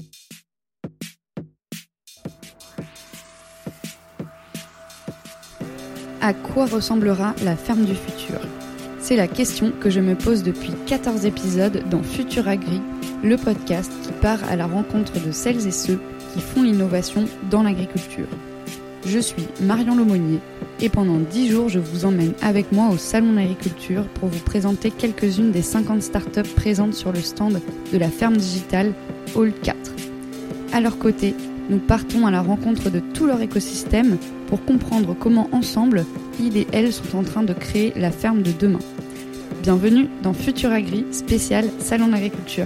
À quoi ressemblera la ferme du futur ? C'est la question que je me pose depuis 14 épisodes dans Futur Agri, le podcast qui part à la rencontre de celles et ceux qui font l'innovation dans l'agriculture. Je suis Marion Lomonier et pendant 10 jours, je vous emmène avec moi au Salon d'Agriculture pour vous présenter quelques-unes des 50 startups présentes sur le stand de la ferme digitale Hall 4. À leur côté, nous partons à la rencontre de tout leur écosystème pour comprendre comment ensemble, ils et elles sont en train de créer la ferme de demain. Bienvenue dans Futur Agri, spécial Salon d'Agriculture.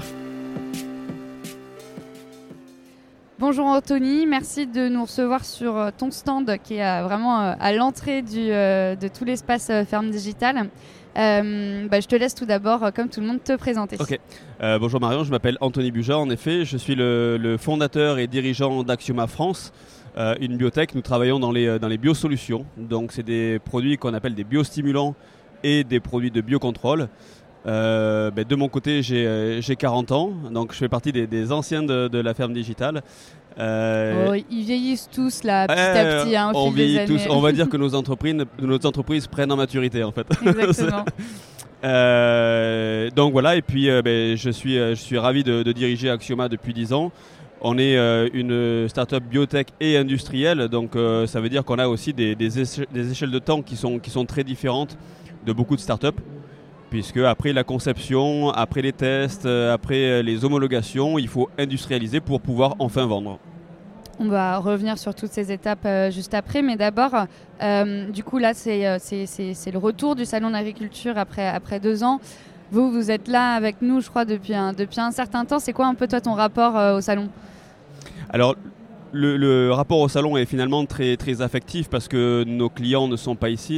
Bonjour Anthony, merci de nous recevoir sur ton stand qui est vraiment à l'entrée de tout l'espace ferme digitale. Je te laisse tout d'abord, comme tout le monde, te présenter. Ok. Bonjour Marion, je m'appelle Anthony Buja. En effet, je suis le fondateur et dirigeant d'Axioma France, une biotech. Nous travaillons dans les biosolutions. Donc, c'est des produits qu'on appelle des biostimulants et des produits de biocontrôle. De mon côté, j'ai 40 ans, donc je fais partie des anciens de la ferme digitale. Ils vieillissent tous là, petit à petit, au fil des années. Tous. On va dire que nos entreprises prennent en maturité, en fait. Exactement. Donc voilà, et puis je suis ravi de diriger Axioma depuis 10 ans. On est une start-up biotech et industrielle, donc ça veut dire qu'on a aussi des échelles de temps qui sont très différentes de beaucoup de start-up. Puisque après la conception, après les tests, après les homologations, il faut industrialiser pour pouvoir enfin vendre. On va revenir sur toutes ces étapes juste après, mais d'abord, du coup là c'est le retour du Salon d'Agriculture après 2 ans. Vous êtes là avec nous, je crois, depuis un certain temps. C'est quoi un peu toi ton rapport au Salon ? Alors, le rapport au Salon est finalement très, très affectif parce que nos clients ne sont pas ici.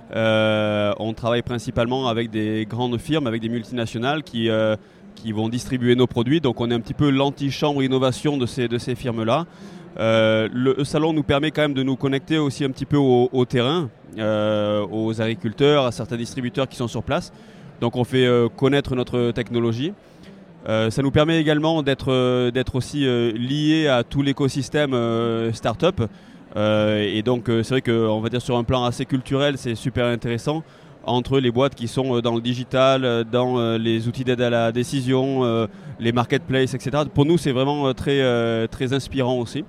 On travaille principalement avec des grandes firmes, avec des multinationales qui vont distribuer nos produits. Donc on est un petit peu l'antichambre innovation de ces firmes-là. Le salon nous permet quand même de nous connecter aussi un petit peu au terrain, aux agriculteurs, à certains distributeurs qui sont sur place. Donc on fait connaître notre technologie. Ça nous permet également d'être aussi liés à tout l'écosystème start-up. Et donc c'est vrai qu'on va dire sur un plan assez culturel, c'est super intéressant entre les boîtes qui sont dans le digital, dans les outils d'aide à la décision, les marketplaces, etc. Pour nous, c'est vraiment très, très inspirant aussi.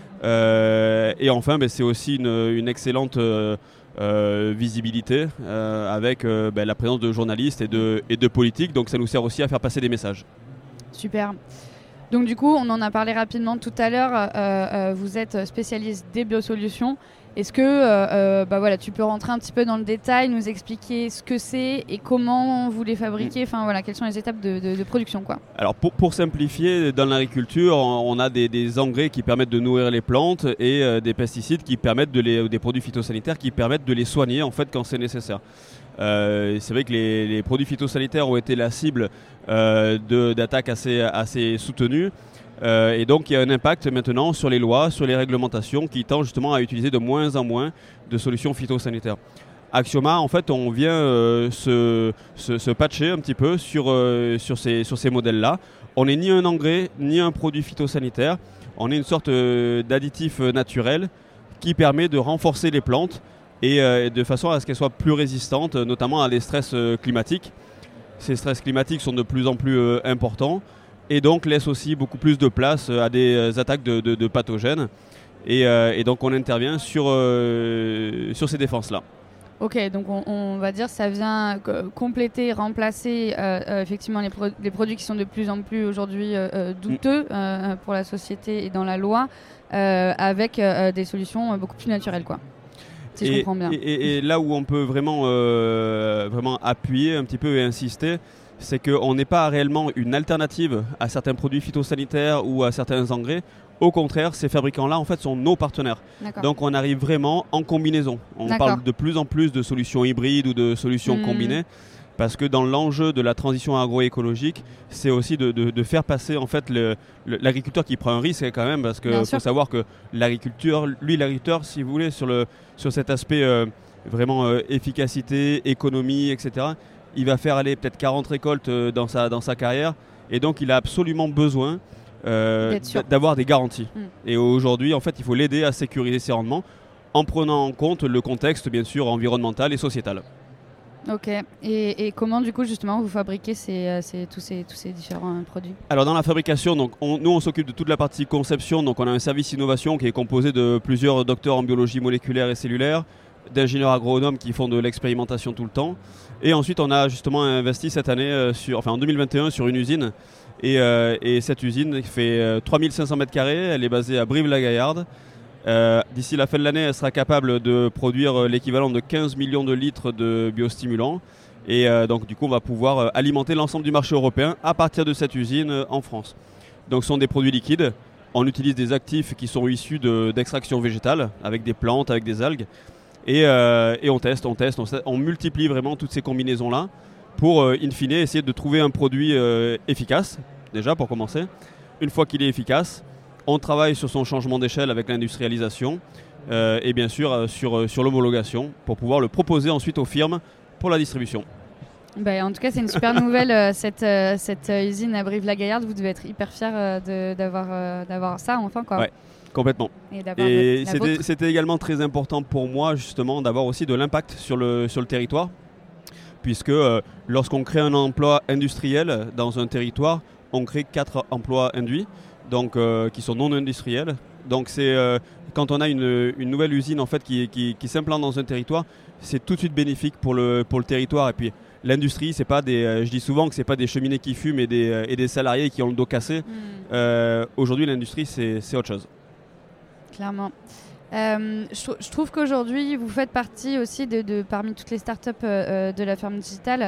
Et enfin, c'est aussi une excellente visibilité avec la présence de journalistes et de politiques. Donc ça nous sert aussi à faire passer des messages. Super. Donc du coup, on en a parlé rapidement tout à l'heure, vous êtes spécialiste des biosolutions. Est-ce que tu peux rentrer un petit peu dans le détail, nous expliquer ce que c'est et comment vous les fabriquez, quelles sont les étapes de production, quoi. Alors pour simplifier, dans l'agriculture, on a des engrais qui permettent de nourrir les plantes et des pesticides qui permettent des produits phytosanitaires qui permettent de les soigner en fait quand c'est nécessaire. C'est vrai que les produits phytosanitaires ont été la cible d'attaques assez soutenues. Et donc il y a un impact maintenant sur les lois, sur les réglementations qui tendent justement à utiliser de moins en moins de solutions phytosanitaires. Axioma, en fait, on vient se patcher un petit peu sur ces modèles-là. On n'est ni un engrais, ni un produit phytosanitaire. On est une sorte d'additif naturel qui permet de renforcer les plantes et de façon à ce qu'elles soient plus résistantes, notamment à des stress climatiques. Ces stress climatiques sont de plus en plus importants et donc laissent aussi beaucoup plus de place à des attaques de pathogènes. Et donc on intervient sur ces défenses-là. Ok, donc on va dire que ça vient compléter, remplacer effectivement les produits qui sont de plus en plus aujourd'hui douteux pour la société et dans la loi, avec des solutions beaucoup plus naturelles, quoi. Si je comprends bien. Et là où on peut vraiment appuyer un petit peu et insister, c'est qu'on n'est pas réellement une alternative à certains produits phytosanitaires ou à certains engrais. Au contraire, ces fabricants-là, en fait, sont nos partenaires. D'accord. Donc, on arrive vraiment en combinaison. On parle de plus en plus de solutions hybrides ou de solutions combinées, parce que dans l'enjeu de la transition agroécologique, c'est aussi de faire passer en fait l'agriculteur qui prend un risque quand même, parce qu'il faut savoir que l'agriculteur, si vous voulez, sur cet aspect vraiment efficacité, économie, etc., il va faire aller peut-être 40 récoltes dans sa carrière, et donc il a absolument besoin d'avoir des garanties. Et aujourd'hui, en fait, il faut l'aider à sécuriser ses rendements en prenant en compte le contexte, bien sûr, environnemental et sociétal. Ok. Et comment, du coup, justement, vous fabriquez tous ces différents produits ? Alors, dans la fabrication, donc, nous, on s'occupe de toute la partie conception. Donc, on a un service innovation qui est composé de plusieurs docteurs en biologie moléculaire et cellulaire, d'ingénieurs agronomes qui font de l'expérimentation tout le temps. Et ensuite, on a justement investi cette année, en 2021, sur une usine. Et cette usine fait 3500 m². Elle est basée à Brive-la-Gaillarde. D'ici la fin de l'année, elle sera capable de produire l'équivalent de 15 millions de litres de biostimulants. Et donc, du coup, on va pouvoir alimenter l'ensemble du marché européen à partir de cette usine en France. Donc, ce sont des produits liquides. On utilise des actifs qui sont issus d'extraction végétale, avec des plantes, avec des algues. Et on teste, on multiplie vraiment toutes ces combinaisons-là pour, in fine, essayer de trouver un produit efficace, déjà pour commencer. Une fois qu'il est efficace, on travaille sur son changement d'échelle avec l'industrialisation et bien sûr sur l'homologation pour pouvoir le proposer ensuite aux firmes pour la distribution. En tout cas, c'est une super nouvelle, cette usine à Brive-la-Gaillarde. Vous devez être hyper fiers d'avoir ça enfin, quoi. Ouais, complètement. Et c'était également très important pour moi justement d'avoir aussi de l'impact sur le territoire, puisque lorsqu'on crée un emploi industriel dans un territoire, on crée 4 emplois induits. Donc, qui sont non industriels. Donc c'est quand on a une nouvelle usine en fait qui s'implante dans un territoire, c'est tout de suite bénéfique pour le territoire. Et puis l'industrie, c'est pas je dis souvent que c'est pas des cheminées qui fument et des salariés qui ont le dos cassé. Aujourd'hui, l'industrie, c'est autre chose. Clairement. Je trouve qu'aujourd'hui, vous faites partie aussi parmi toutes les startups de la ferme digitale.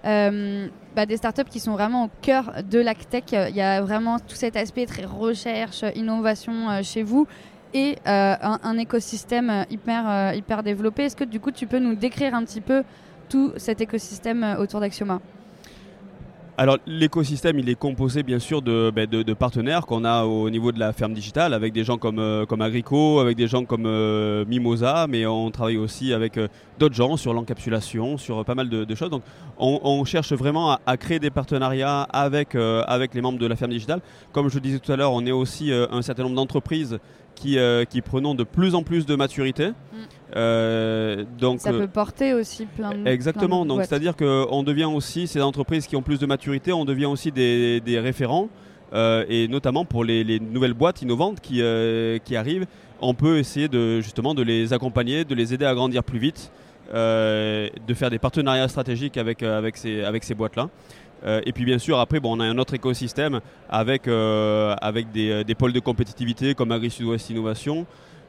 Des startups qui sont vraiment au cœur de l'agtech. Il y a vraiment tout cet aspect très recherche, innovation chez vous et un écosystème hyper développé. Est-ce que du coup tu peux nous décrire un petit peu tout cet écosystème autour d'Axioma ? Alors l'écosystème, il est composé bien sûr de partenaires qu'on a au niveau de la ferme digitale, avec des gens comme Agrico, avec des gens comme Mimosa, mais on travaille aussi avec d'autres gens sur l'encapsulation, sur pas mal de choses. Donc on cherche vraiment à créer des partenariats avec les membres de la ferme digitale. Comme je le disais tout à l'heure, on est aussi un certain nombre d'entreprises qui prenons de plus en plus de maturité. Donc, ça peut porter aussi plein de exactement, donc c'est-à-dire qu'on devient aussi, ces entreprises qui ont plus de maturité, on devient aussi des référents et notamment pour les nouvelles boîtes innovantes qui arrivent, on peut essayer justement de les accompagner, de les aider à grandir plus vite, de faire des partenariats stratégiques avec ces boîtes-là. Et puis bien sûr après on a un autre écosystème avec des pôles de compétitivité comme Agri-Sud-Ouest Innovation.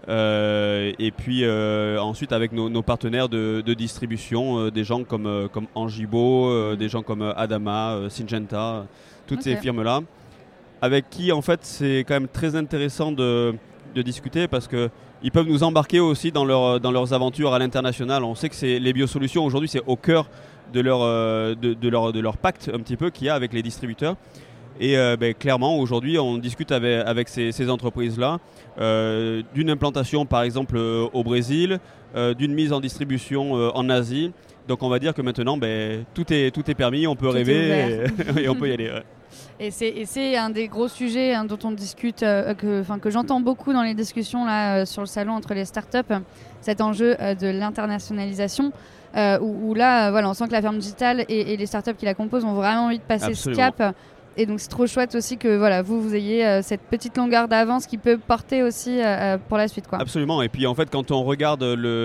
Et puis ensuite avec nos partenaires de distribution, des gens comme Angibo, des gens comme Adama, Syngenta, toutes ces firmes-là, avec qui en fait c'est quand même très intéressant de discuter parce qu'ils peuvent nous embarquer aussi dans leurs aventures à l'international. On sait que les biosolutions aujourd'hui c'est au cœur de leur pacte un petit peu qu'il y a avec les distributeurs. Et clairement, aujourd'hui, on discute avec ces entreprises-là d'une implantation, par exemple, au Brésil, d'une mise en distribution en Asie. Donc, on va dire que maintenant, tout est permis, on peut rêver et on peut y aller. Ouais. Et c'est un des gros sujets dont on discute, que j'entends beaucoup dans les discussions là, sur le salon entre les startups, cet enjeu de l'internationalisation. Où là, on sent que la ferme digitale et les startups qui la composent ont vraiment envie de passer ce cap. Et donc c'est trop chouette aussi que vous ayez cette petite longueur d'avance qui peut porter aussi pour la suite, quoi. Absolument. Et puis en fait quand on regarde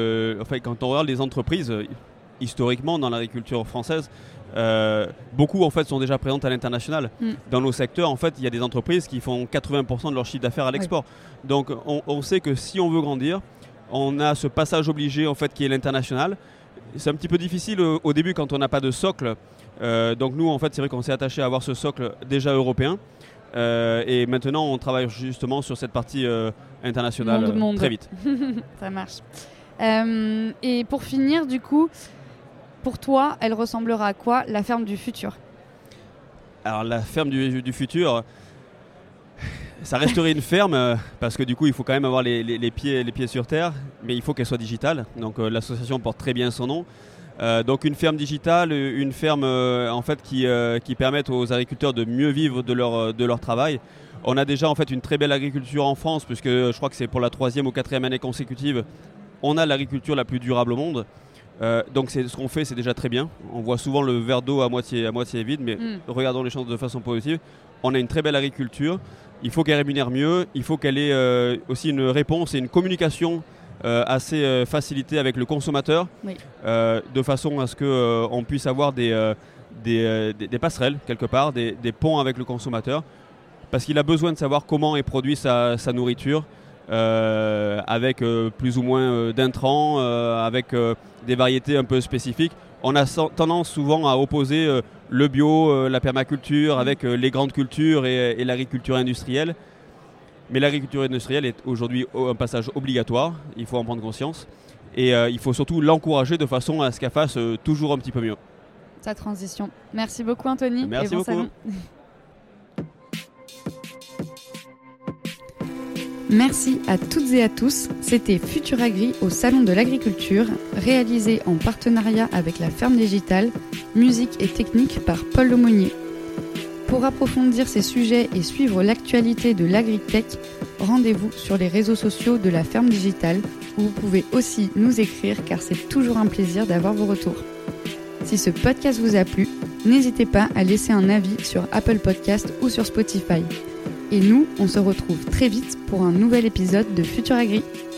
les entreprises historiquement dans l'agriculture française, beaucoup en fait sont déjà présentes à l'international. Dans nos secteurs en fait il y a des entreprises qui font 80% de leur chiffre d'affaires à l'export. Oui. Donc on sait que si on veut grandir, on a ce passage obligé en fait qui est l'international. C'est un petit peu difficile au début quand on n'a pas de socle. Donc nous en fait c'est vrai qu'on s'est attaché à avoir ce socle déjà européen et maintenant on travaille justement sur cette partie internationale très vite. Ça marche. Et pour finir du coup, pour toi elle ressemblera à quoi la ferme du futur ? Alors la ferme du futur, ça resterait une ferme parce que du coup il faut quand même avoir les pieds sur terre, mais il faut qu'elle soit digitale. Donc l'association porte très bien son nom. Donc une ferme digitale, une ferme en fait qui permette aux agriculteurs de mieux vivre de leur travail. On a déjà en fait une très belle agriculture en France, puisque je crois que c'est pour la 3e ou 4e année consécutive, on a l'agriculture la plus durable au monde. Donc ce qu'on fait, c'est déjà très bien. On voit souvent le verre d'eau à moitié vide, mais regardons les choses de façon positive. On a une très belle agriculture. Il faut qu'elle rémunère mieux. Il faut qu'elle ait aussi une réponse et une communication assez facilitée avec le consommateur, de façon à ce qu'on puisse avoir des passerelles quelque part, des ponts avec le consommateur, parce qu'il a besoin de savoir comment est produit sa nourriture. Avec plus ou moins d'intrants, avec des variétés un peu spécifiques. On a tendance souvent à opposer le bio, la permaculture avec les grandes cultures et l'agriculture industrielle. Mais l'agriculture industrielle est aujourd'hui un passage obligatoire, il faut en prendre conscience. Et il faut surtout l'encourager de façon à ce qu'elle fasse toujours un petit peu mieux. Sa transition. Merci beaucoup Anthony. Merci et bon beaucoup. Salon. Merci à toutes et à tous. C'était Futuragri au Salon de l'Agriculture, réalisé en partenariat avec la Ferme Digitale, musique et technique par Paul Lemonnier. Pour approfondir ces sujets et suivre l'actualité de l'agritech, rendez-vous sur les réseaux sociaux de la Ferme Digitale, où vous pouvez aussi nous écrire car c'est toujours un plaisir d'avoir vos retours. Si ce podcast vous a plu, n'hésitez pas à laisser un avis sur Apple Podcast ou sur Spotify. Et nous, on se retrouve très vite pour un nouvel épisode de Futuragri.